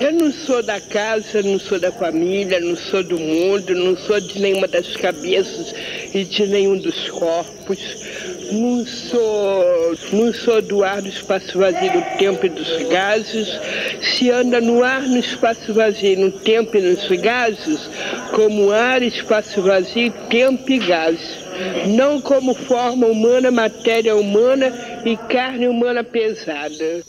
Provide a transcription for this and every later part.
Eu não sou da casa, não sou da família, não sou do mundo, não sou de nenhuma das cabeças e de nenhum dos corpos. Não sou do ar, do espaço vazio, do tempo e dos gases. Se anda no ar, no espaço vazio, no tempo e nos gases, como ar, espaço vazio, tempo e gases. Não como forma humana, matéria humana e carne humana pesada.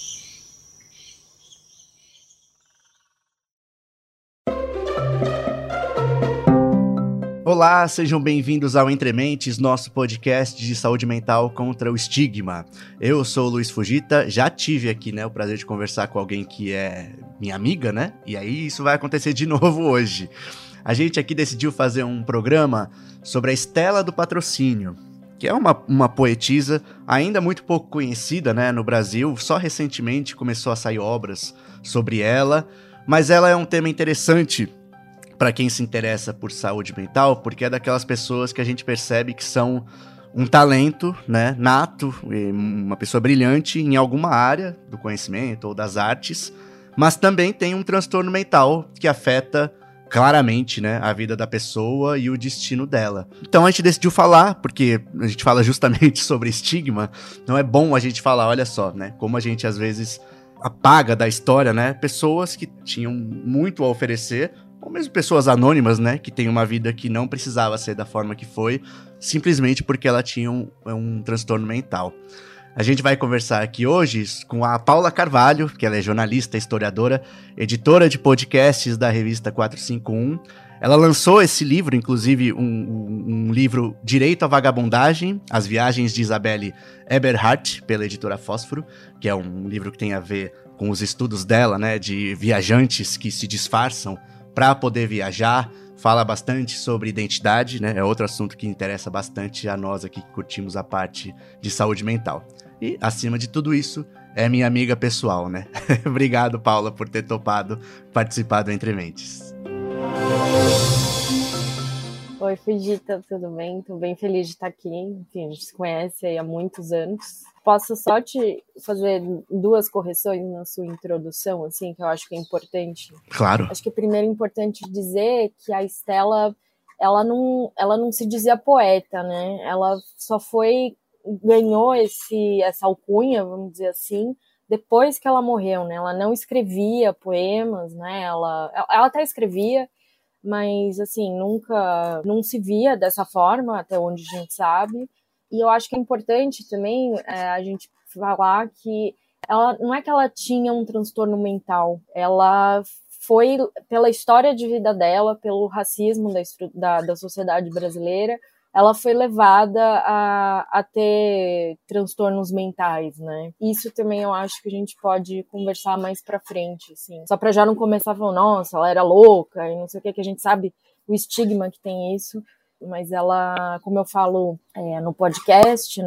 Olá, sejam bem-vindos ao Entre Mentes, nosso podcast de saúde mental contra o estigma. Eu sou o Luiz Fujita, já tive aqui, o prazer de conversar com alguém que é minha amiga, E aí isso vai acontecer de novo hoje. A gente aqui decidiu fazer um programa sobre a Stella do Patrocínio, que é uma poetisa ainda muito pouco conhecida, no Brasil. Só recentemente começou a sair obras sobre ela, mas ela é um tema interessante para quem se interessa por saúde mental, porque é daquelas pessoas que a gente percebe que são um talento, nato, uma pessoa brilhante em alguma área do conhecimento ou das artes, mas também tem um transtorno mental que afeta claramente, a vida da pessoa e o destino dela. Então a gente decidiu falar, porque a gente fala justamente sobre estigma, não é bom a gente falar, olha só, como a gente às vezes apaga da história, pessoas que tinham muito a oferecer, ou mesmo pessoas anônimas, que têm uma vida que não precisava ser da forma que foi, simplesmente porque ela tinha um transtorno mental. A gente vai conversar aqui hoje com a Paula Carvalho, que ela é jornalista, historiadora, editora de podcasts da revista 451. Ela lançou esse livro, inclusive um livro Direito à Vagabundagem, As Viagens de Isabelle Eberhardt, pela editora Fósforo, que é um livro que tem a ver com os estudos dela, de viajantes que se disfarçam para poder viajar. Fala bastante sobre identidade, é outro assunto que interessa bastante a nós aqui que curtimos a parte de saúde mental. E, acima de tudo isso, é minha amiga pessoal, Obrigado, Paula, por ter topado participar do Entre Mentes. Oi, Fujita, tudo bem? Tô bem feliz de estar aqui. Enfim, a gente se conhece aí há muitos anos. Posso só te fazer duas correções na sua introdução, assim, que eu acho que é importante? Claro. Acho que primeiro é importante dizer que a Stella, ela não se dizia poeta, Ela só ganhou essa alcunha, vamos dizer assim, depois que ela morreu, Ela não escrevia poemas, Ela até escrevia, mas, assim, não se via dessa forma, até onde a gente sabe. E eu acho que é importante também a gente falar que ela não é que ela tinha um transtorno mental, ela foi, pela história de vida dela, pelo racismo da sociedade brasileira, ela foi levada a ter transtornos mentais, Isso também eu acho que a gente pode conversar mais pra frente, assim. Só pra já não começar falando, nossa, ela era louca e não sei o que a gente sabe o estigma que tem isso. Mas ela, como eu falo no podcast,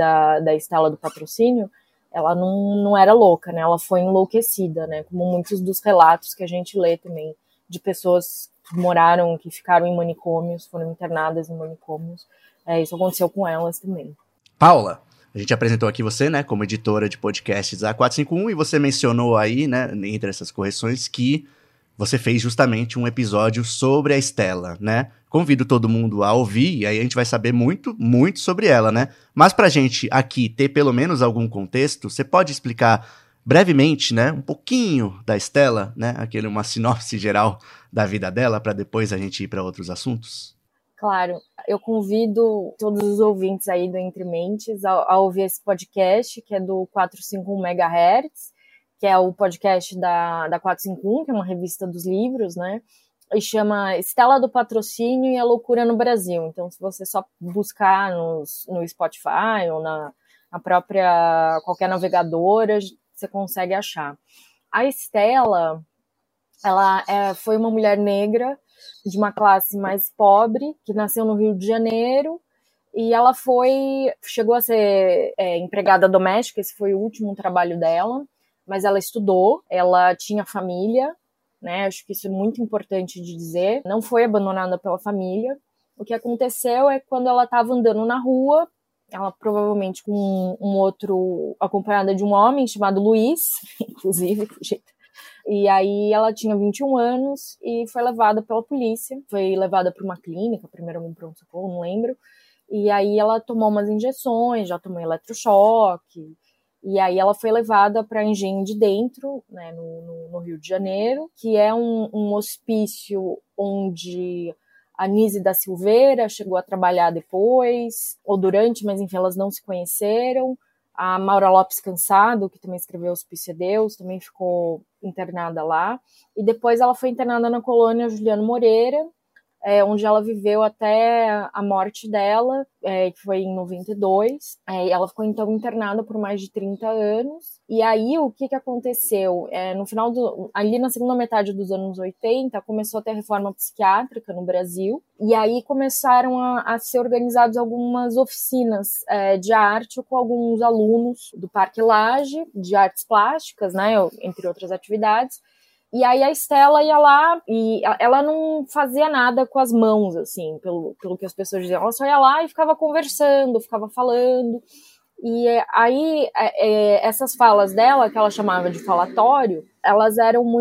da Stella do Patrocínio, ela não era louca, Ela foi enlouquecida, Como muitos dos relatos que a gente lê também de pessoas que ficaram em manicômios, foram internadas em manicômios. Isso aconteceu com elas também. Paula, a gente apresentou aqui você, como editora de podcasts da 451, e você mencionou aí, entre essas correções, que você fez justamente um episódio sobre a Stella, Convido todo mundo a ouvir, e aí a gente vai saber muito, muito sobre ela, Mas pra gente aqui ter pelo menos algum contexto, você pode explicar brevemente, um pouquinho da Stella, uma sinopse geral da vida dela, para depois a gente ir para outros assuntos? Claro, eu convido todos os ouvintes aí do Entre Mentes a ouvir esse podcast, que é do 451 MHz, que é o podcast da 451, que é uma revista dos livros, E chama Stella do Patrocínio e a Loucura no Brasil. Então, se você só buscar no Spotify ou na própria, qualquer navegadora, você consegue achar. A Stella, ela foi uma mulher negra de uma classe mais pobre, que nasceu no Rio de Janeiro, e ela chegou a ser empregada doméstica, esse foi o último trabalho dela, mas ela estudou, ela tinha família, acho que isso é muito importante de dizer, não foi abandonada pela família. O que aconteceu é que quando ela estava andando na rua, ela provavelmente com acompanhada de um homem chamado Luiz, inclusive, E aí ela tinha 21 anos e foi levada pela polícia. Foi levada para uma clínica, primeiro um pronto-socorro, não lembro. E aí ela tomou umas injeções, já tomou eletrochoque. E aí ela foi levada para Engenho de Dentro, né, no Rio de Janeiro, que é um hospício onde a Nise da Silveira chegou a trabalhar depois, ou durante, mas enfim, elas não se conheceram. A Maura Lopes Cansado, que também escreveu Hospício é Deus, também ficou internada lá. E depois ela foi internada na colônia Juliano Moreira, onde ela viveu até a morte dela, que foi em 92. E ela ficou, então, internada por mais de 30 anos. E aí, o que aconteceu? No final ali na segunda metade dos anos 80, começou a ter reforma psiquiátrica no Brasil. E aí começaram a ser organizadas algumas oficinas de arte com alguns alunos do Parque Lage, de artes plásticas, né, entre outras atividades. E aí a Estela ia lá e ela não fazia nada com as mãos, assim, pelo que as pessoas diziam. Ela só ia lá e ficava conversando, ficava falando. E aí essas falas dela, que ela chamava de falatório, elas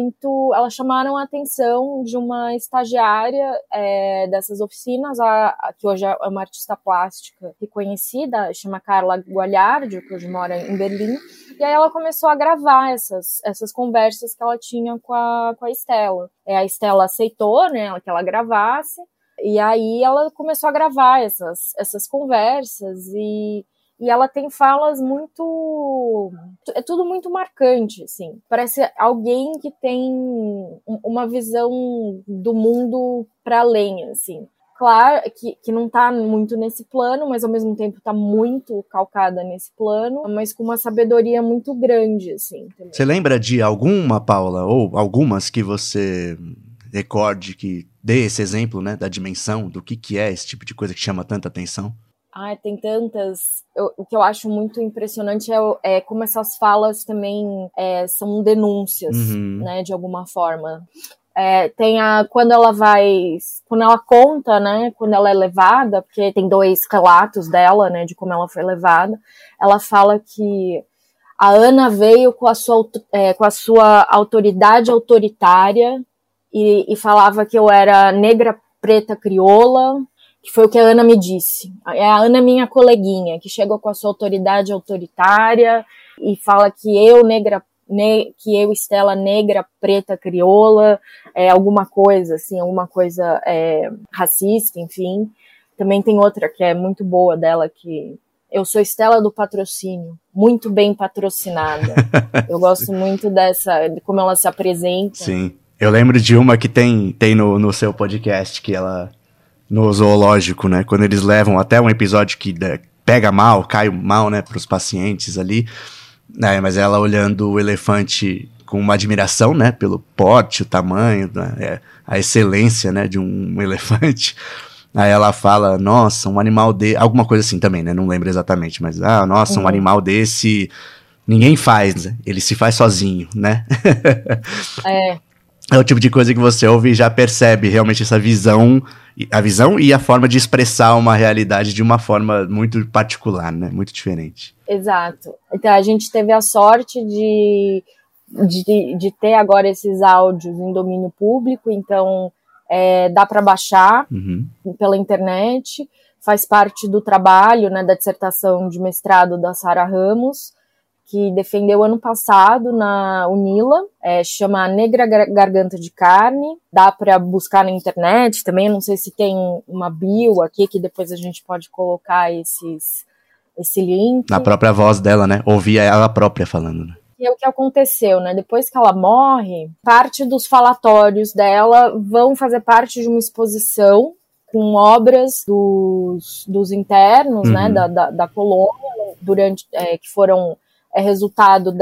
chamaram a atenção de uma estagiária dessas oficinas, que hoje é uma artista plástica reconhecida, chama Carla Gualhardi, que hoje mora em Berlim. E aí ela começou a gravar essas conversas que ela tinha com a Estela. A Estela aceitou, né, que ela gravasse, e aí ela começou a gravar essas conversas, e ela tem falas muito... É tudo muito marcante, assim. Parece alguém que tem uma visão do mundo para além, assim. Claro que não tá muito nesse plano, mas ao mesmo tempo tá muito calcada nesse plano, mas com uma sabedoria muito grande, assim. Também. Você lembra de alguma, Paula, ou algumas que você recorde, que dê esse exemplo, né, da dimensão, do que é esse tipo de coisa que chama tanta atenção? Tem tantas. O que eu acho muito impressionante é como essas falas também são denúncias, né, de alguma forma. Tem quando ela conta, né, quando ela é levada, porque tem 2 relatos dela, né, de como ela foi levada. Ela fala que a Ana veio com a sua autoridade autoritária e falava que eu era negra, preta, crioula, que foi o que a Ana me disse. A Ana, minha coleguinha, que chegou com a sua autoridade autoritária e fala que eu, Estela, negra, preta, crioula, alguma coisa, assim, racista, enfim. Também tem outra que é muito boa dela, que eu sou Estela do patrocínio, muito bem patrocinada. Eu gosto muito de como ela se apresenta. Sim, eu lembro de uma que tem no seu podcast, que ela... no zoológico, né, quando eles levam até um episódio que pega mal, cai mal, né, pros pacientes ali, mas ela olhando o elefante com uma admiração, né, pelo porte, o tamanho, né, a excelência, né, de um elefante, aí ela fala, nossa, um animal alguma coisa assim também, né, não lembro exatamente, mas, nossa, um animal desse, ninguém faz, né? Ele se faz sozinho, né. É o tipo de coisa que você ouve e já percebe realmente essa visão, a visão e a forma de expressar uma realidade de uma forma muito particular, né? Muito diferente. Exato. Então a gente teve a sorte de ter agora esses áudios em domínio público, então dá para baixar pela internet, faz parte do trabalho, né, da dissertação de mestrado da Sara Ramos, que defendeu ano passado na UNILA, chama Negra Garganta de Carne, dá para buscar na internet também, não sei se tem uma bio aqui, que depois a gente pode colocar esse link. Na própria voz dela, né, ouvia ela própria falando, né. E é o que aconteceu, né, depois que ela morre, parte dos falatórios dela vão fazer parte de uma exposição com obras dos internos, né, da colônia, que foram resultado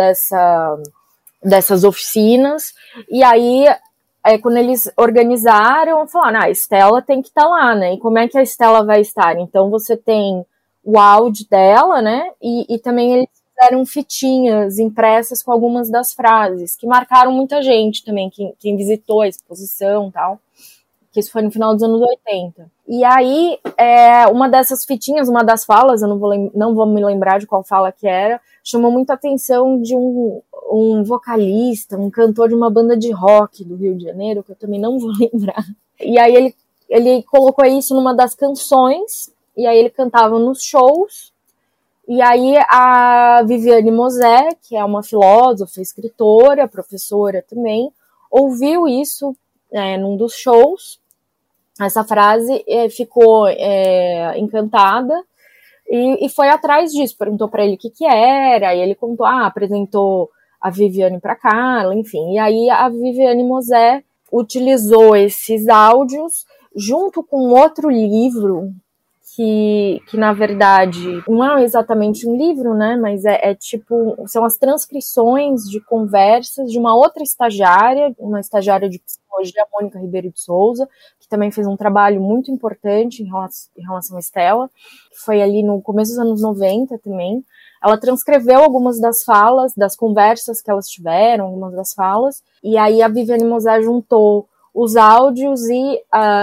dessas oficinas, e aí quando eles organizaram, falaram, a Estela tem que estar lá, né, e como é que a Estela vai estar? Então você tem o áudio dela, né, e também eles fizeram fitinhas impressas com algumas das frases, que marcaram muita gente também, quem visitou a exposição e tal, que isso foi no final dos anos 80. E aí, uma dessas fitinhas, uma das falas, eu não vou me lembrar de qual fala que era, chamou muita atenção de um vocalista, um cantor de uma banda de rock do Rio de Janeiro, que eu também não vou lembrar. E aí ele colocou isso numa das canções, e aí ele cantava nos shows. E aí a Viviane Mosé, que é uma filósofa, escritora, professora também, ouviu isso num dos shows, essa frase, ficou encantada e foi atrás disso, perguntou para ele o que era, e ele contou, apresentou a Viviane para Carla, enfim. E aí a Viviane Mosé utilizou esses áudios junto com outro livro que na verdade não é exatamente um livro, né, mas tipo, são as transcrições de conversas de uma outra estagiária, uma estagiária de psicologia, Mônica Ribeiro de Souza, que também fez um trabalho muito importante em relação à Estela, que foi ali no começo dos anos 90 também. Ela transcreveu algumas das falas, das conversas que elas tiveram, algumas das falas, e aí a Viviane Mosé juntou os áudios e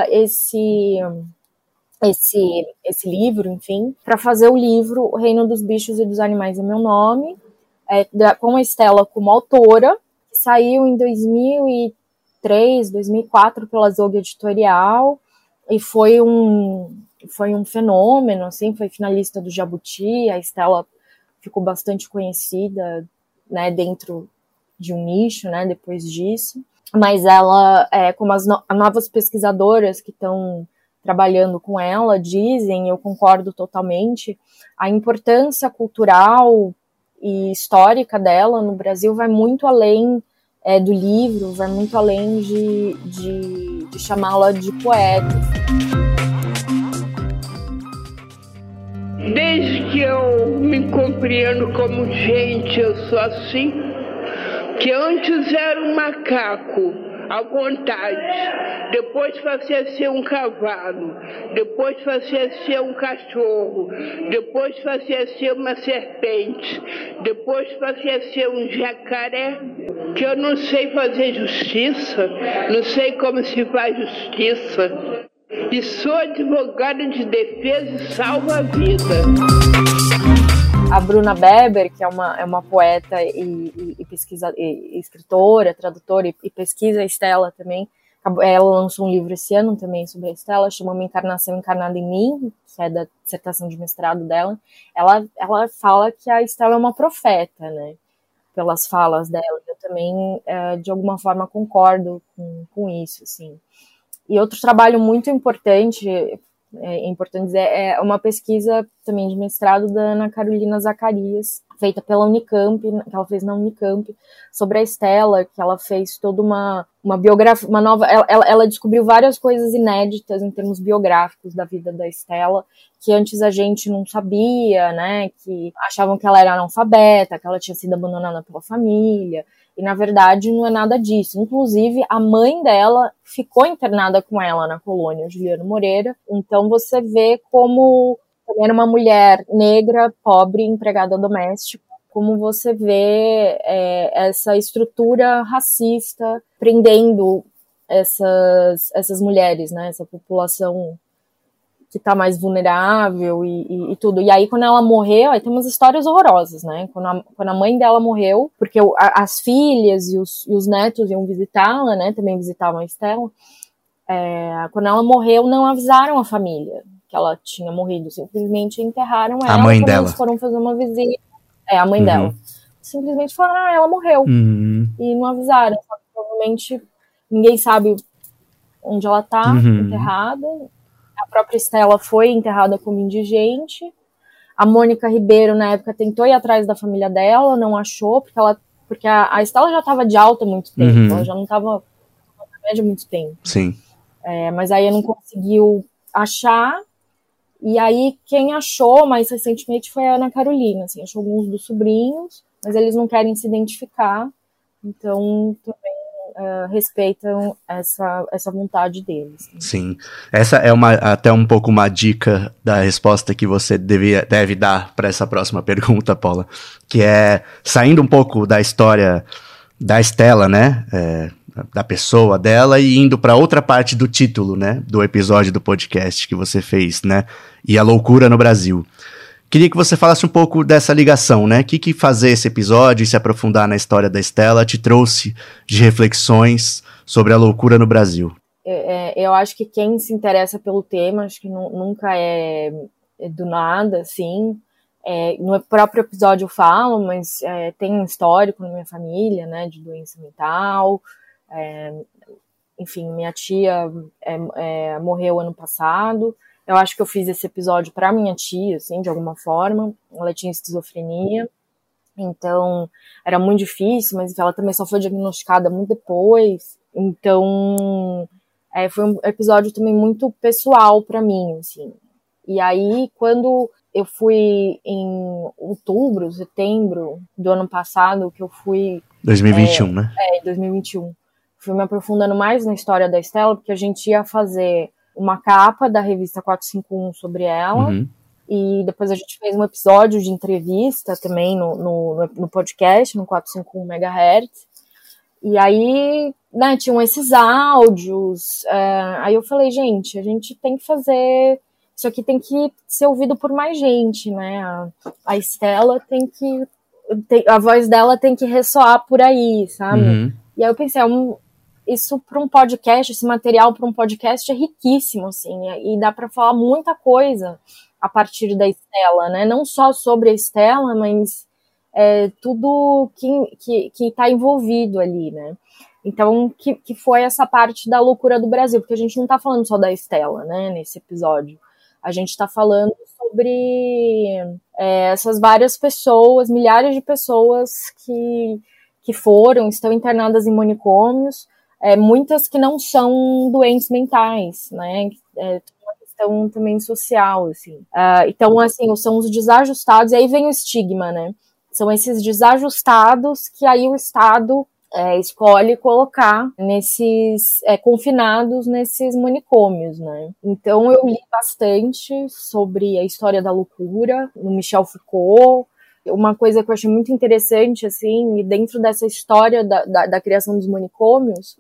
esse livro, enfim, para fazer o livro O Reino dos Bichos e dos Animais é Meu Nome, com a Estela como autora, que saiu em 2003, 2004 pela Zog Editorial, e foi um fenômeno, assim, foi finalista do Jabuti. A Estela ficou bastante conhecida, né, dentro de um nicho, né, depois disso. Mas ela, como as novas pesquisadoras que estão trabalhando com ela dizem, eu concordo totalmente, a importância cultural e histórica dela no Brasil vai muito além do livro, vai muito além de chamá-la de poeta. Desde que eu me compreendo como gente, eu sou assim, que antes era um macaco, à vontade, depois passei a ser um cavalo, depois passei a ser um cachorro, depois passei a ser uma serpente, depois passei a ser um jacaré, que eu não sei fazer justiça, não sei como se faz justiça, e sou advogada de defesa e salva-vida. A Bruna Beber, que é uma poeta e escritora, tradutora e pesquisa a Estela também, ela lançou um livro esse ano também sobre a Estela, chama Uma Encarnação Encarnada em Mim, que é da dissertação de mestrado dela. Ela fala que a Estela é uma profeta, né, pelas falas dela. Eu também, de alguma forma, concordo com isso, assim. E outro trabalho muito importante, é importante dizer, é uma pesquisa também de mestrado da Ana Carolina Zacarias, feita pela Unicamp, que ela fez na Unicamp, sobre a Estela, que ela fez toda uma biografia, uma nova, ela descobriu várias coisas inéditas em termos biográficos da vida da Estela, que antes a gente não sabia, né, que achavam que ela era analfabeta, que ela tinha sido abandonada pela família, e na verdade não é nada disso. Inclusive a mãe dela ficou internada com ela na colônia, Juliano Moreira, então você vê como também era uma mulher negra, pobre, empregada doméstica, como você vê essa estrutura racista prendendo essas mulheres, né, essa população que está mais vulnerável e tudo. E aí, quando ela morreu, aí tem umas histórias horrorosas, né? Quando a mãe dela morreu, porque as filhas e os netos iam visitá-la, né? Também visitavam a Estela. Quando ela morreu, não avisaram a família que ela tinha morrido. Simplesmente enterraram ela. A mãe dela. Eles foram fazer uma visita. A mãe dela. Simplesmente falaram, ela morreu. E não avisaram. Provavelmente ninguém sabe onde ela tá enterrada. A própria Estela foi enterrada como indigente. A Mônica Ribeiro, na época, tentou ir atrás da família dela, não achou, porque a Estela já estava de alta há muito tempo, ela já não estava na média há muito tempo. Sim. Mas aí não conseguiu achar, e aí quem achou mais recentemente foi a Ana Carolina, assim, achou alguns dos sobrinhos, mas eles não querem se identificar, então também respeitam essa vontade deles. Sim. Essa é até um pouco uma dica da resposta que você deve dar para essa próxima pergunta, Paula, que é, saindo um pouco da história da Estela, né, da pessoa dela, e indo para outra parte do título, né, do episódio do podcast que você fez, né, E a Loucura no Brasil, Queria que você falasse um pouco dessa ligação, né? O que fazer esse episódio e se aprofundar na história da Stella te trouxe de reflexões sobre a loucura no Brasil? Eu acho que quem se interessa pelo tema, acho que nunca é do nada, assim. No próprio episódio eu falo, mas tem um histórico na minha família, né, de doença mental. Enfim, minha tia morreu ano passado. Eu acho que eu fiz esse episódio para minha tia, assim, de alguma forma. Ela tinha esquizofrenia, então era muito difícil, mas ela também só foi diagnosticada muito depois. Então, foi um episódio também muito pessoal para mim, assim. E aí, quando eu fui em outubro, setembro do ano passado, que eu fui... 2021, né? Em 2021. Fui me aprofundando mais na história da Stella, porque a gente ia fazer uma capa da revista 451 sobre ela, e depois a gente fez um episódio de entrevista também no podcast, no 451 MHz, e aí, né, tinham esses áudios, aí eu falei, gente, a gente tem que fazer, isso aqui tem que ser ouvido por mais gente, né, a Stella a voz dela tem que ressoar por aí, sabe? E aí eu pensei, isso para um podcast, esse material para um podcast é riquíssimo, assim, e dá para falar muita coisa a partir da Stella, né? Não só sobre a Stella, mas tudo que está envolvido ali, né? Então, que foi essa parte da loucura do Brasil, porque a gente não está falando só da Stella, né, nesse episódio. A gente está falando sobre essas várias pessoas, milhares de pessoas que estão internadas em manicômios, muitas que não são doentes mentais, né? Uma questão também social, assim. Então, assim, são os desajustados, e aí vem o estigma, né? São esses desajustados que aí o Estado escolhe colocar confinados nesses manicômios, né? Então, eu li bastante sobre a história da loucura, no Michel Foucault. Uma coisa que eu achei muito interessante, assim, dentro dessa história da criação dos manicômios,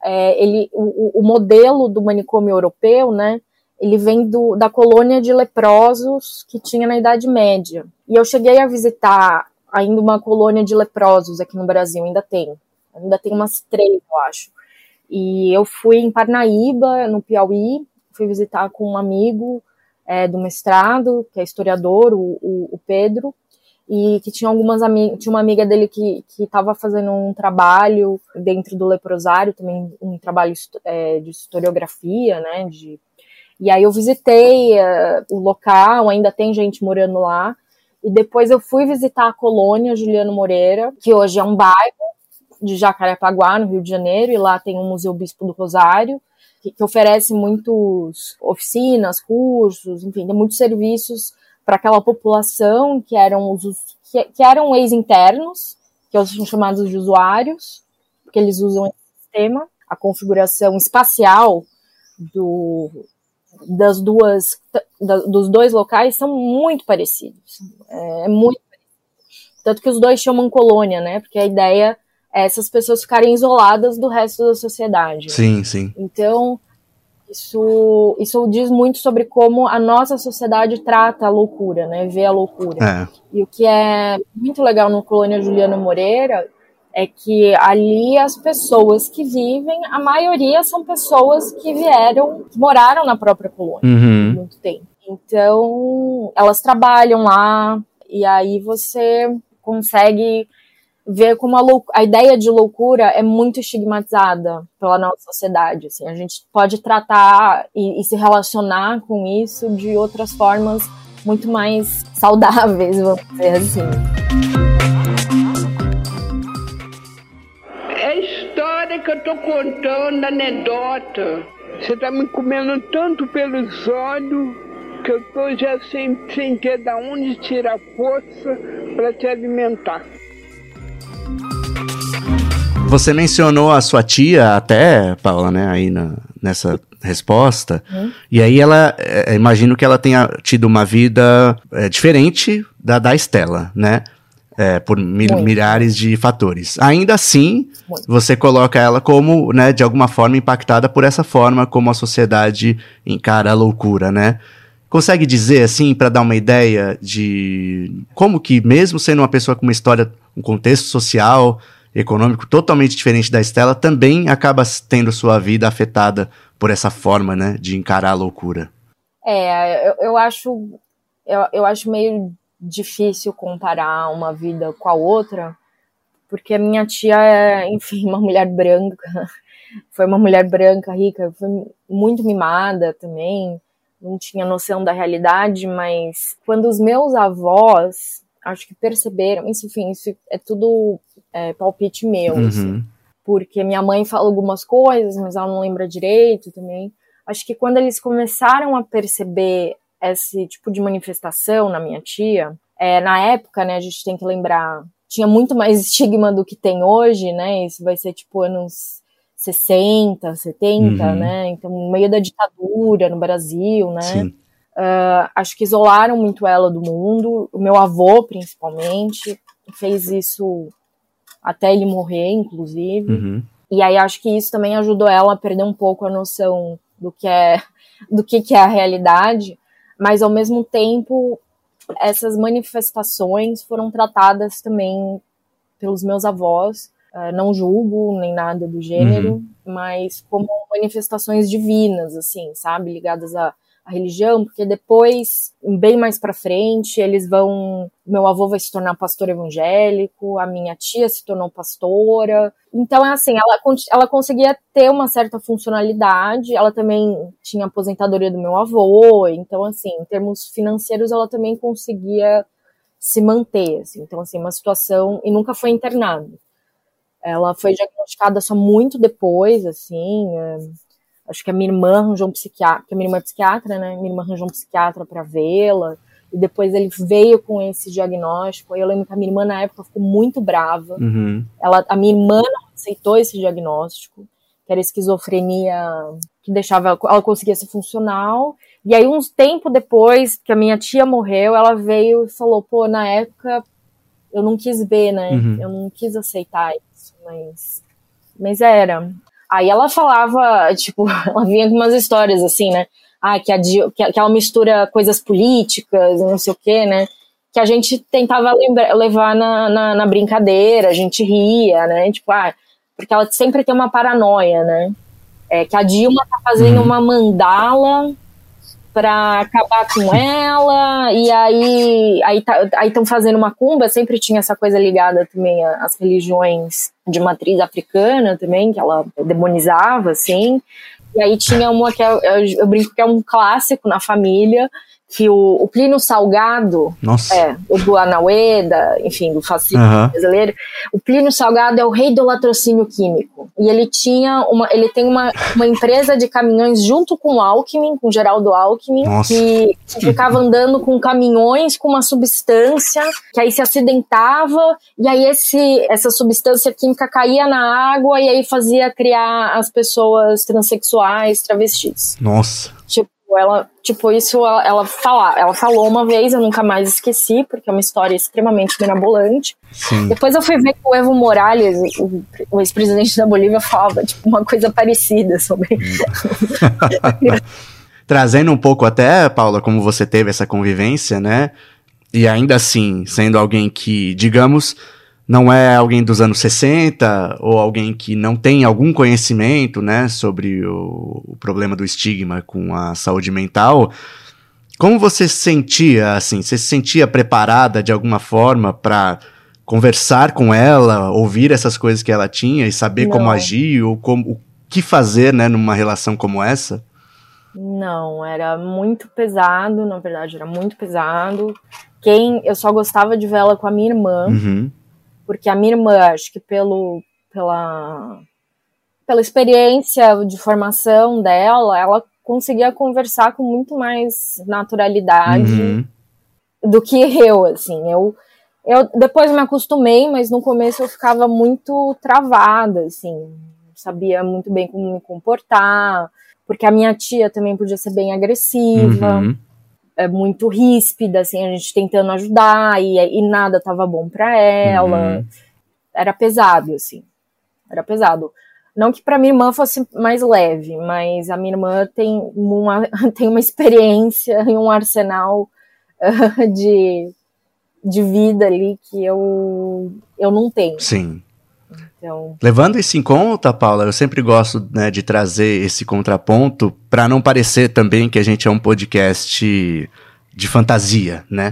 o modelo do manicômio europeu, né, ele vem da colônia de leprosos que tinha na Idade Média. E eu cheguei a visitar ainda uma colônia de leprosos aqui no Brasil, ainda tem umas 3, eu acho. E eu fui em Parnaíba, no Piauí, fui visitar com um amigo do mestrado, que é historiador, o Pedro, e que tinha tinha uma amiga dele que estava fazendo um trabalho dentro do leprosário, também um trabalho de historiografia, né, e aí eu visitei o local, ainda tem gente morando lá, e depois eu fui visitar a colônia Juliano Moreira, que hoje é um bairro de Jacarepaguá, no Rio de Janeiro, e lá tem o Museu Bispo do Rosário, que oferece muitas oficinas, cursos, enfim, tem muitos serviços para aquela população que eram ex-internos, que são chamados de usuários, porque eles usam esse sistema. A configuração espacial dos dois locais são muito parecidos. Muito parecido. Tanto que os dois chamam colônia, né? Porque a ideia é essas pessoas ficarem isoladas do resto da sociedade. Sim, sim. Então, isso diz muito sobre como a nossa sociedade trata a loucura, né? Vê a loucura. E o que é muito legal no Colônia Juliano Moreira é que ali as pessoas que vivem, a maioria são pessoas que moraram na própria colônia há muito tempo. Então, elas trabalham lá, e aí você consegue ver como a ideia de loucura é muito estigmatizada pela nossa sociedade. Assim. A gente pode tratar e se relacionar com isso de outras formas muito mais saudáveis, vamos dizer assim. É história que eu tô contando, anedota. Você tá me comendo tanto pelos olhos que eu tô já sem ter de onde tirar força para te alimentar. Você mencionou a sua tia até, Paula, né, aí nessa resposta, e aí ela, imagino que ela tenha tido uma vida diferente da Stella, né, por milhares de fatores. Ainda assim, você coloca ela como, né, de alguma forma impactada por essa forma como a sociedade encara a loucura, né, consegue dizer, assim, para dar uma ideia de como que, mesmo sendo uma pessoa com uma história, um contexto social, econômico totalmente diferente da Estela, também acaba tendo sua vida afetada por essa forma, né, de encarar a loucura? Eu acho meio difícil comparar uma vida com a outra, porque a minha tia é, enfim, uma mulher branca, foi uma mulher branca, rica, foi muito mimada também, não tinha noção da realidade, mas quando os meus avós, acho que perceberam, isso é tudo palpite meu, assim, porque minha mãe fala algumas coisas, mas ela não lembra direito também. Acho que quando eles começaram a perceber esse tipo de manifestação na minha tia, na época, né, a gente tem que lembrar, tinha muito mais estigma do que tem hoje, né, isso vai ser tipo anos 60, 70, né, então no meio da ditadura no Brasil, né, acho que isolaram muito ela do mundo, o meu avô principalmente, fez isso até ele morrer, inclusive, e aí acho que isso também ajudou ela a perder um pouco a noção do que é a realidade, mas ao mesmo tempo essas manifestações foram tratadas também pelos meus avós, não julgo nem nada do gênero, mas como manifestações divinas, assim, sabe, ligadas à religião, porque depois, bem mais pra frente, meu avô vai se tornar pastor evangélico, a minha tia se tornou pastora, então é assim, ela conseguia ter uma certa funcionalidade, ela também tinha aposentadoria do meu avô, então assim, em termos financeiros ela também conseguia se manter, assim, então assim, uma situação, e nunca foi internada. Ela foi diagnosticada só muito depois, assim, acho que a minha irmã arranjou um psiquiatra, porque a minha irmã é psiquiatra, né? Minha irmã arranjou um psiquiatra pra vê-la, e depois ele veio com esse diagnóstico. Eu lembro que a minha irmã, na época, ficou muito brava. A minha irmã não aceitou esse diagnóstico, que era esquizofrenia, que deixava ela conseguia ser funcional. E aí, uns tempo depois que a minha tia morreu, ela veio e falou, pô, na época eu não quis ver, né? Eu não quis aceitar isso, mas era. Aí ela falava, tipo, ela vinha com umas histórias assim, né? Que ela mistura coisas políticas, não sei o quê, né? Que a gente tentava levar na brincadeira, a gente ria, né? Tipo, porque ela sempre tem uma paranoia, né? Que a Dilma tá fazendo uma mandala pra acabar com ela, e aí estão fazendo macumba, sempre tinha essa coisa ligada também às religiões de matriz africana também, que ela demonizava, assim, e aí tinha uma que eu brinco que é um clássico na família, que o Plínio Salgado, o do Anaueda, enfim, do fascismo brasileiro, o Plínio Salgado é o rei do latrocínio químico, e ele tem uma empresa de caminhões junto com o Alckmin, com o Geraldo Alckmin, que ficava andando com caminhões com uma substância, que aí se acidentava, e aí essa substância química caía na água, e aí fazia criar as pessoas transexuais, travestis. Nossa. Ela falou uma vez, eu nunca mais esqueci, porque é uma história extremamente mirabolante. Sim. Depois eu fui ver que o Evo Morales, o ex-presidente da Bolívia, falava uma coisa parecida sobre... Trazendo um pouco até, Paula, como você teve essa convivência, né? E ainda assim, sendo alguém que, digamos, não é alguém dos anos 60, ou alguém que não tem algum conhecimento, né, sobre o problema do estigma com a saúde mental, como você se sentia, assim? Você se sentia preparada de alguma forma para conversar com ela, ouvir essas coisas que ela tinha e saber como agir, ou o que fazer, né, numa relação como essa? Não, era muito pesado, na verdade, era muito pesado. Eu só gostava de ver ela com a minha irmã, porque a minha irmã, acho que pela experiência de formação dela, ela conseguia conversar com muito mais naturalidade do que eu, assim. Eu depois me acostumei, mas no começo eu ficava muito travada, assim, não sabia muito bem como me comportar, porque a minha tia também podia ser bem agressiva, muito ríspida, assim, a gente tentando ajudar, e nada tava bom pra ela. Era pesado, assim. Era pesado. Não que para minha irmã fosse mais leve, mas a minha irmã tem uma experiência e um arsenal de vida ali que eu não tenho. Sim. Então... Levando isso em conta, Paula, eu sempre gosto, né, de trazer esse contraponto para não parecer também que a gente é um podcast de fantasia, né?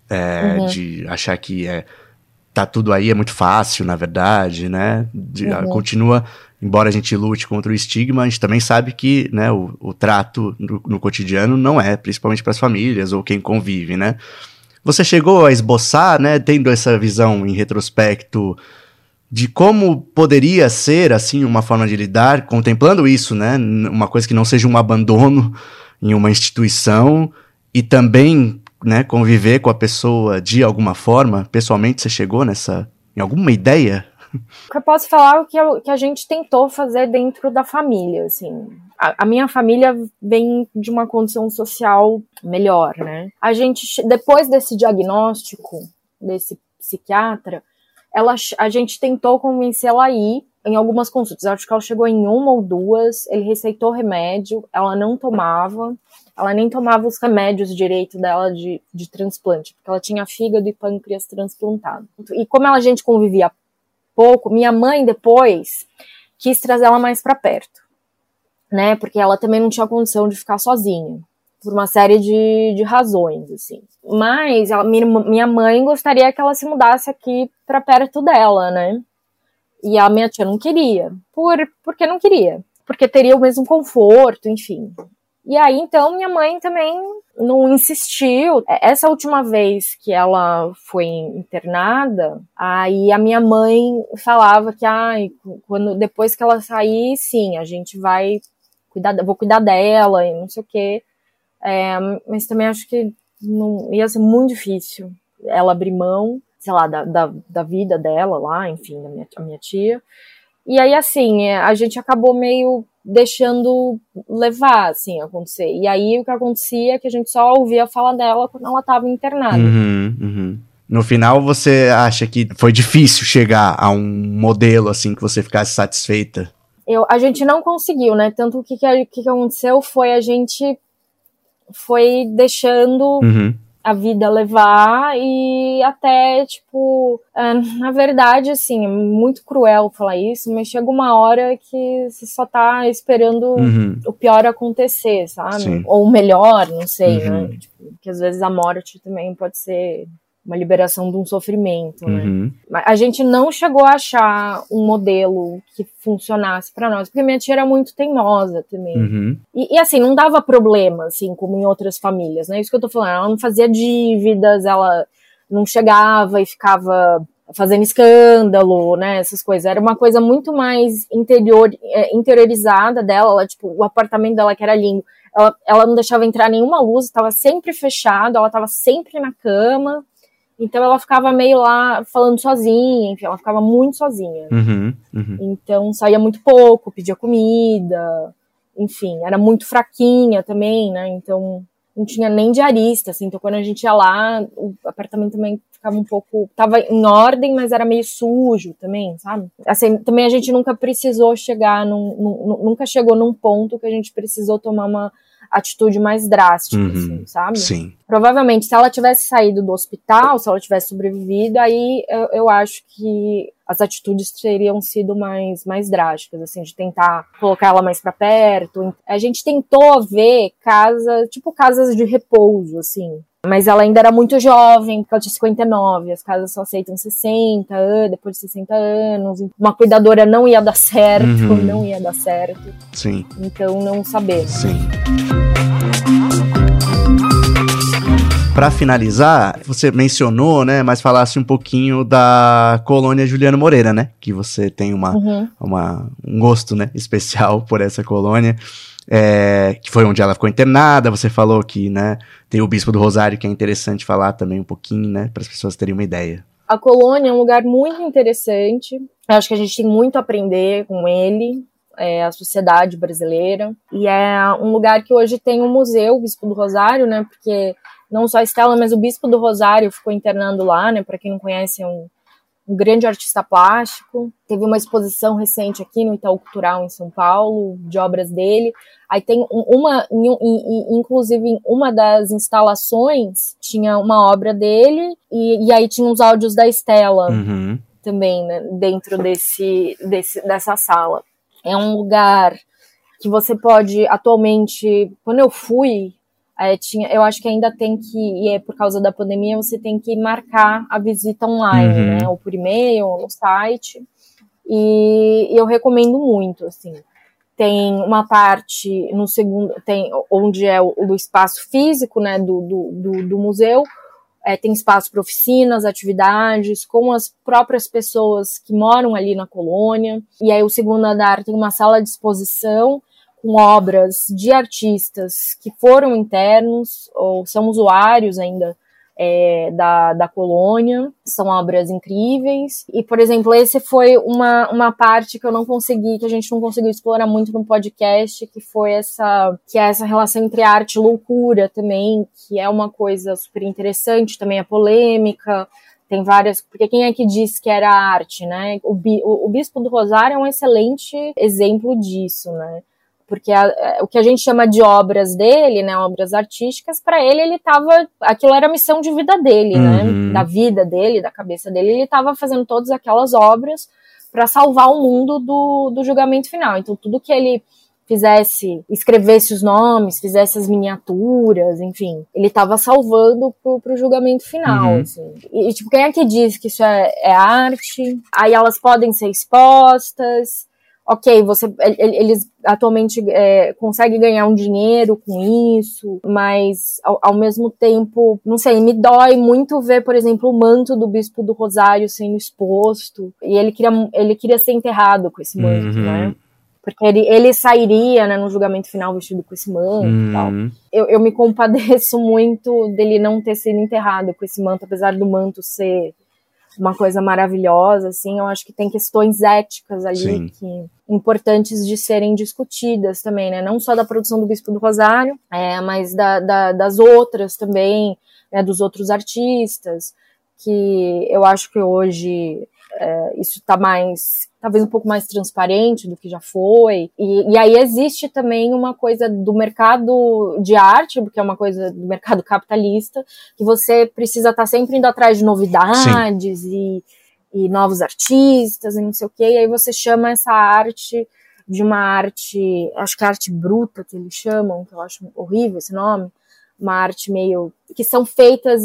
De achar que tá tudo aí, é muito fácil, na verdade, né? Continua, embora a gente lute contra o estigma, a gente também sabe que, né, o trato no cotidiano não é, principalmente para as famílias ou quem convive, né? Você chegou a esboçar, né, tendo essa visão em retrospecto de como poderia ser, assim, uma forma de lidar, contemplando isso, né, uma coisa que não seja um abandono em uma instituição e também, né, conviver com a pessoa de alguma forma? Pessoalmente, você chegou em alguma ideia? O que eu posso falar é que a gente tentou fazer dentro da família, assim. A minha família vem de uma condição social melhor, né? A gente, depois desse diagnóstico, desse psiquiatra, a gente tentou convencê-la a ir em algumas consultas. Eu acho que ela chegou em 1 ou 2, ele receitou remédio, ela não tomava, ela nem tomava os remédios direito dela de transplante, porque ela tinha fígado e pâncreas transplantado. E como a gente convivia pouco, minha mãe depois quis trazer ela mais para perto, né, porque ela também não tinha condição de ficar sozinha, por uma série de razões, assim. Mas minha mãe gostaria que ela se mudasse aqui para perto dela, né? E a minha tia não queria. Porque não queria. Porque teria o mesmo conforto, enfim. E aí, então, minha mãe também não insistiu. Essa última vez que ela foi internada, aí a minha mãe falava que depois que ela sair, sim, a gente vou cuidar dela e não sei o quê. Mas também acho que não ia ser muito difícil ela abrir mão, sei lá, da vida dela lá, enfim, da minha tia. E aí, assim, a gente acabou meio deixando levar, assim, acontecer. E aí, o que acontecia é que a gente só ouvia falar dela quando ela estava internada. No final, você acha que foi difícil chegar a um modelo, assim, que você ficasse satisfeita? A gente não conseguiu, né? Tanto o que aconteceu foi a gente foi deixando a vida levar e até, tipo, na verdade, assim, é muito cruel falar isso, mas chega uma hora que você só tá esperando o pior acontecer, sabe? Sim. Ou o melhor, não sei, né? Tipo, que às vezes a morte também pode ser uma liberação de um sofrimento, né? Mas a gente não chegou a achar um modelo que funcionasse pra nós, porque minha tia era muito teimosa também. E assim, não dava problema, assim, como em outras famílias, né? Isso que eu tô falando, ela não fazia dívidas, ela não chegava e ficava fazendo escândalo, né? Essas coisas. Era uma coisa muito mais interiorizada dela, ela, tipo, o apartamento dela que era lindo, ela não deixava entrar nenhuma luz, estava sempre fechado, ela estava sempre na cama. Então ela ficava meio lá falando sozinha, enfim, ela ficava muito sozinha. Então saía muito pouco, pedia comida, enfim, era muito fraquinha também, né? Então não tinha nem diarista, assim. Então quando a gente ia lá, o apartamento também ficava um pouco, tava em ordem, mas era meio sujo também, sabe? Assim, também a gente nunca precisou chegar nunca chegou num ponto que a gente precisou tomar uma atitude mais drástica, assim, sabe? Sim. Provavelmente, se ela tivesse saído do hospital, se ela tivesse sobrevivido, aí eu acho que as atitudes teriam sido mais drásticas, assim, de tentar colocar ela mais pra perto. A gente tentou ver casas de repouso, assim, mas ela ainda era muito jovem, porque ela tinha 59, as casas só aceitam 60 anos, depois de 60 anos, uma cuidadora não ia dar certo, não ia dar certo. Sim. Então, não sabemos. Sim. Para finalizar, você mencionou, né, mas falasse um pouquinho da colônia Juliano Moreira, né, que você tem um gosto, né, especial por essa colônia, que foi onde ela ficou internada. Você falou que, né, tem o Bispo do Rosário, que é interessante falar também um pouquinho, né, para as pessoas terem uma ideia. A colônia é um lugar muito interessante, eu acho que a gente tem muito a aprender com ele, a sociedade brasileira, e é um lugar que hoje tem um museu, o Bispo do Rosário, né, porque não só a Estela, mas o Bispo do Rosário ficou internando lá, né, para quem não conhece, é um um grande artista plástico. Teve uma exposição recente aqui no Itaú Cultural, em São Paulo, de obras dele. Aí tem inclusive em uma das instalações, tinha uma obra dele, e aí tinha os áudios da Estela também, né, dentro dessa sala. É um lugar que você pode, atualmente, quando eu fui, eu acho que ainda tem que, e por causa da pandemia, você tem que marcar a visita online, né, ou por e-mail, ou no site, e eu recomendo muito, assim. Tem uma parte no segundo, onde é o espaço físico, né, do museu, tem espaço para oficinas, atividades, com as próprias pessoas que moram ali na colônia. E aí o segundo andar tem uma sala de exposição com obras de artistas que foram internos ou são usuários ainda da colônia. São obras incríveis. E, por exemplo, esse foi uma parte que a gente não conseguiu explorar muito no podcast, que é essa relação entre arte e loucura também, que é uma coisa super interessante, também é polêmica. Tem várias, porque quem é que disse que era arte, né? O Bispo do Rosário é um excelente exemplo disso, né? Porque o que a gente chama de obras dele, né, obras artísticas, para ele aquilo era a missão de vida dele, né, da vida dele, da cabeça dele, ele estava fazendo todas aquelas obras para salvar o mundo do julgamento final. Então tudo que ele fizesse, escrevesse os nomes, fizesse as miniaturas, enfim, ele estava salvando pro julgamento final, assim. E tipo, quem é que diz que isso é arte? Aí elas podem ser expostas. Ok, eles atualmente conseguem ganhar um dinheiro com isso, mas ao mesmo tempo, não sei, me dói muito ver, por exemplo, o manto do Bispo do Rosário sendo exposto, e ele queria ser enterrado com esse manto, né? Porque ele sairia, né, no julgamento final vestido com esse manto e tal. Eu me compadeço muito dele não ter sido enterrado com esse manto, apesar do manto ser uma coisa maravilhosa, assim. Eu acho que tem questões éticas ali importantes de serem discutidas também, né, não só da produção do Bispo do Rosário, mas das outras também, né, dos outros artistas, que eu acho que hoje isso está talvez um pouco mais transparente do que já foi, e aí existe também uma coisa do mercado de arte, porque é uma coisa do mercado capitalista, que você precisa estar sempre indo atrás de novidades e novos artistas e não sei o quê, e aí você chama essa arte de uma arte, acho que é arte bruta que eles chamam, que eu acho horrível esse nome, uma arte meio, que são feitas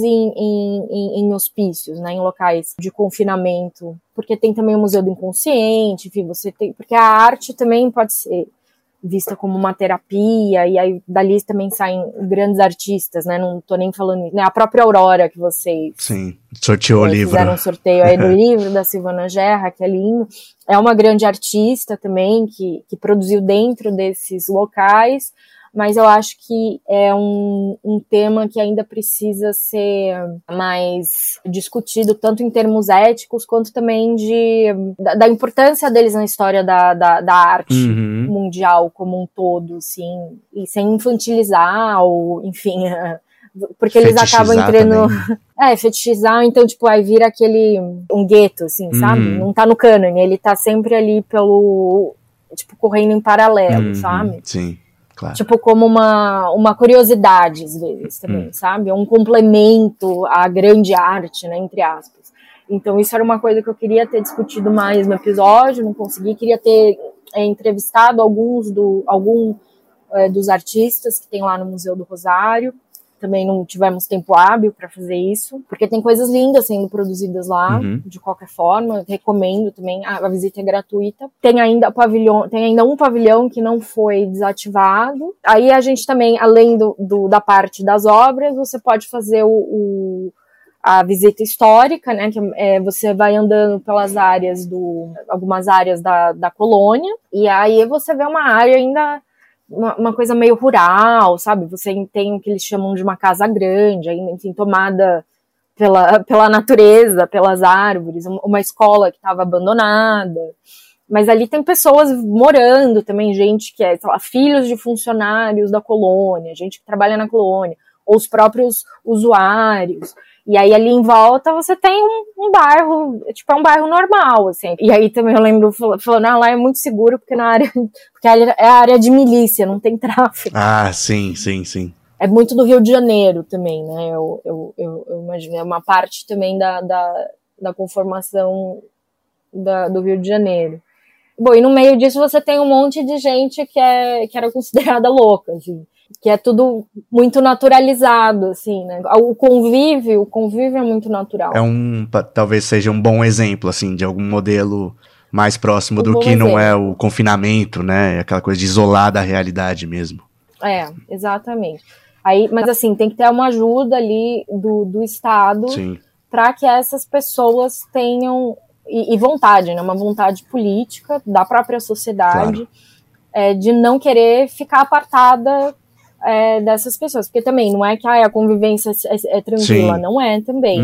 em hospícios, né, em locais de confinamento, porque tem também o Museu do Inconsciente, enfim, porque a arte também pode ser vista como uma terapia, e aí dali também saem grandes artistas, né, não tô nem falando, né, a própria Aurora que vocês sorteou o livro. Fizeram um sorteio aí do livro da Silvana Gerra, que é lindo, é uma grande artista também, que produziu dentro desses locais, mas eu acho que é um tema que ainda precisa ser mais discutido, tanto em termos éticos, quanto também da importância deles na história da arte mundial como um todo, assim, e sem infantilizar, ou, enfim, porque eles acabam entrando... fetichizar, então, tipo, aí vira um gueto, assim, sabe? Não tá no cânone, ele tá sempre ali correndo em paralelo, sabe? Sim. Claro. Tipo, como uma curiosidade, às vezes, também, sabe? Um complemento à grande arte, né, entre aspas. Então, isso era uma coisa que eu queria ter discutido mais no episódio, não consegui. Queria ter entrevistado alguns dos artistas que tem lá no Museu do Rosário. Também não tivemos tempo hábil para fazer isso, porque tem coisas lindas sendo produzidas lá, de qualquer forma. Recomendo também, a visita é gratuita. Tem ainda um pavilhão que não foi desativado. Aí a gente também, além da parte das obras, você pode fazer a visita histórica, né, que você vai andando pelas áreas algumas áreas da colônia, e aí você vê uma área ainda, uma coisa meio rural, sabe? Você tem o que eles chamam de uma casa grande, ainda, enfim, tomada pela natureza, pelas árvores, uma escola que estava abandonada. Mas ali tem pessoas morando também, gente que sei lá, filhos de funcionários da colônia, gente que trabalha na colônia, ou os próprios usuários. E aí ali em volta você tem um bairro, tipo, é um bairro normal, assim. E aí também eu lembro falando, lá é muito seguro porque é a área de milícia, não tem tráfico. Ah, sim. É muito do Rio de Janeiro também, né? Eu imagino, é uma parte também da conformação do Rio de Janeiro. Bom, e no meio disso você tem um monte de gente que era considerada louca, assim, que é tudo muito naturalizado, assim, né? O convívio é muito natural. Talvez seja um bom exemplo, assim, de algum modelo mais próximo do que não é o confinamento, né? Aquela coisa de isolar da realidade mesmo. Exatamente. Aí, mas assim, tem que ter uma ajuda ali do Estado para que essas pessoas tenham e vontade, né? Uma vontade política da própria sociedade, claro, de não querer ficar apartada dessas pessoas, porque também não é que a convivência é tranquila, não é também,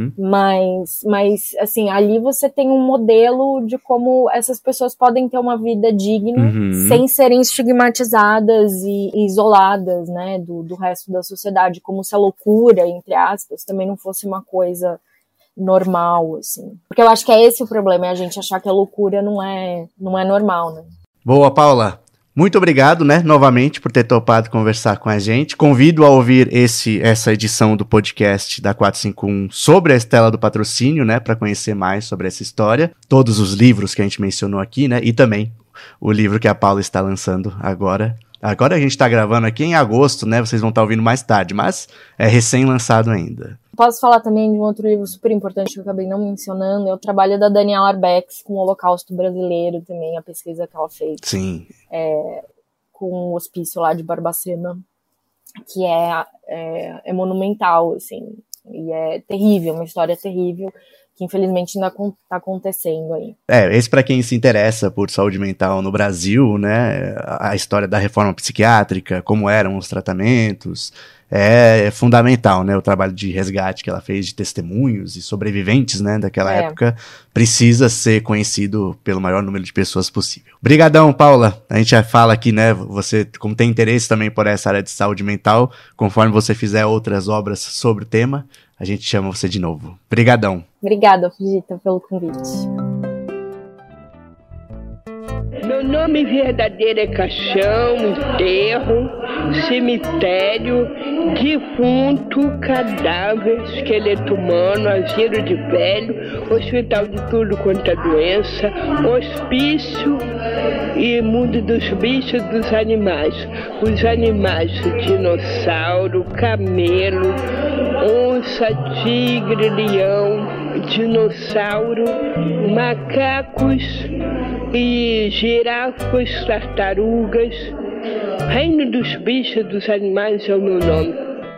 mas assim, ali você tem um modelo de como essas pessoas podem ter uma vida digna sem serem estigmatizadas e isoladas, né, do resto da sociedade, como se a loucura, entre aspas, também não fosse uma coisa normal, assim. Porque eu acho que é esse o problema, é a gente achar que a loucura não é normal, né? Boa, Paula. Muito obrigado, né, novamente, por ter topado conversar com a gente. Convido a ouvir essa edição do podcast da 451 sobre a Estela do Patrocínio, né, para conhecer mais sobre essa história. Todos os livros que a gente mencionou aqui, né, e também o livro que a Paula está lançando agora. Agora a gente está gravando aqui em agosto, né, vocês vão estar ouvindo mais tarde, mas é recém-lançado ainda. Posso falar também de um outro livro super importante que eu acabei não mencionando, é o trabalho da Daniela Arbex com o Holocausto Brasileiro também, a pesquisa que ela fez. Sim. Com o hospício lá de Barbacena, que é monumental, assim, e é terrível, uma história terrível, que infelizmente ainda está acontecendo aí. Esse para quem se interessa por saúde mental no Brasil, né, a história da reforma psiquiátrica, como eram os tratamentos, é fundamental, né, o trabalho de resgate que ela fez de testemunhos e sobreviventes, né, daquela época, precisa ser conhecido pelo maior número de pessoas possível. Brigadão, Paula, a gente já fala aqui, né, você, como tem interesse também por essa área de saúde mental, conforme você fizer outras obras sobre o tema, a gente chama você de novo. Brigadão. Obrigada, Fujita, pelo convite. Meu nome verdadeiro é caixão, enterro, cemitério, defunto, cadáver, esqueleto humano, asilo de velho, hospital de tudo quanto é doença, hospício e mundo dos bichos e dos animais. Os animais, dinossauro, camelo, onça, tigre, leão, dinossauro, macacos e girafas, tartarugas. Reino dos bichos e dos animais é o meu nome.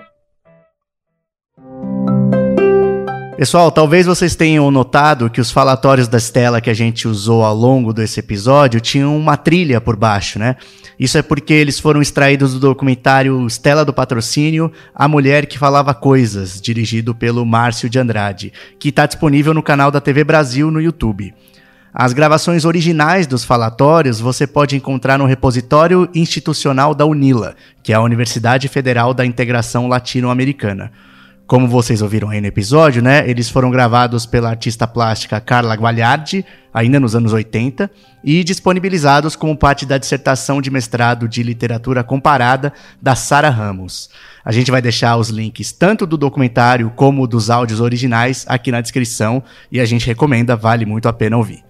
Pessoal, talvez vocês tenham notado que os falatórios da Estela que a gente usou ao longo desse episódio tinham uma trilha por baixo, né? Isso é porque eles foram extraídos do documentário Estela do Patrocínio, A Mulher que Falava Coisas, dirigido pelo Márcio de Andrade, que está disponível no canal da TV Brasil no YouTube. As gravações originais dos falatórios você pode encontrar no repositório institucional da UNILA, que é a Universidade Federal da Integração Latino-Americana. Como vocês ouviram aí no episódio, né, eles foram gravados pela artista plástica Carla Guagliardi, ainda nos anos 80, e disponibilizados como parte da dissertação de mestrado de literatura comparada da Sara Ramos. A gente vai deixar os links tanto do documentário como dos áudios originais aqui na descrição e a gente recomenda, vale muito a pena ouvir.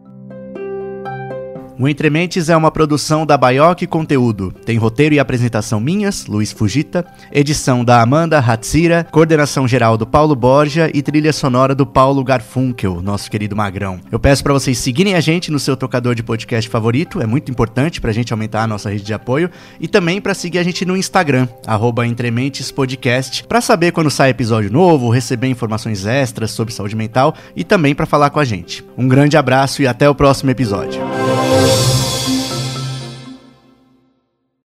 O Entre Mentes é uma produção da Baioque Conteúdo. Tem roteiro e apresentação minhas, Luiz Fujita, edição da Amanda Hatzira, coordenação geral do Paulo Borja e trilha sonora do Paulo Garfunkel, nosso querido Magrão. Eu peço para vocês seguirem a gente no seu tocador de podcast favorito, é muito importante pra gente aumentar a nossa rede de apoio, e também para seguir a gente no Instagram, @entrementespodcast, para saber quando sai episódio novo, receber informações extras sobre saúde mental e também para falar com a gente. Um grande abraço e até o próximo episódio.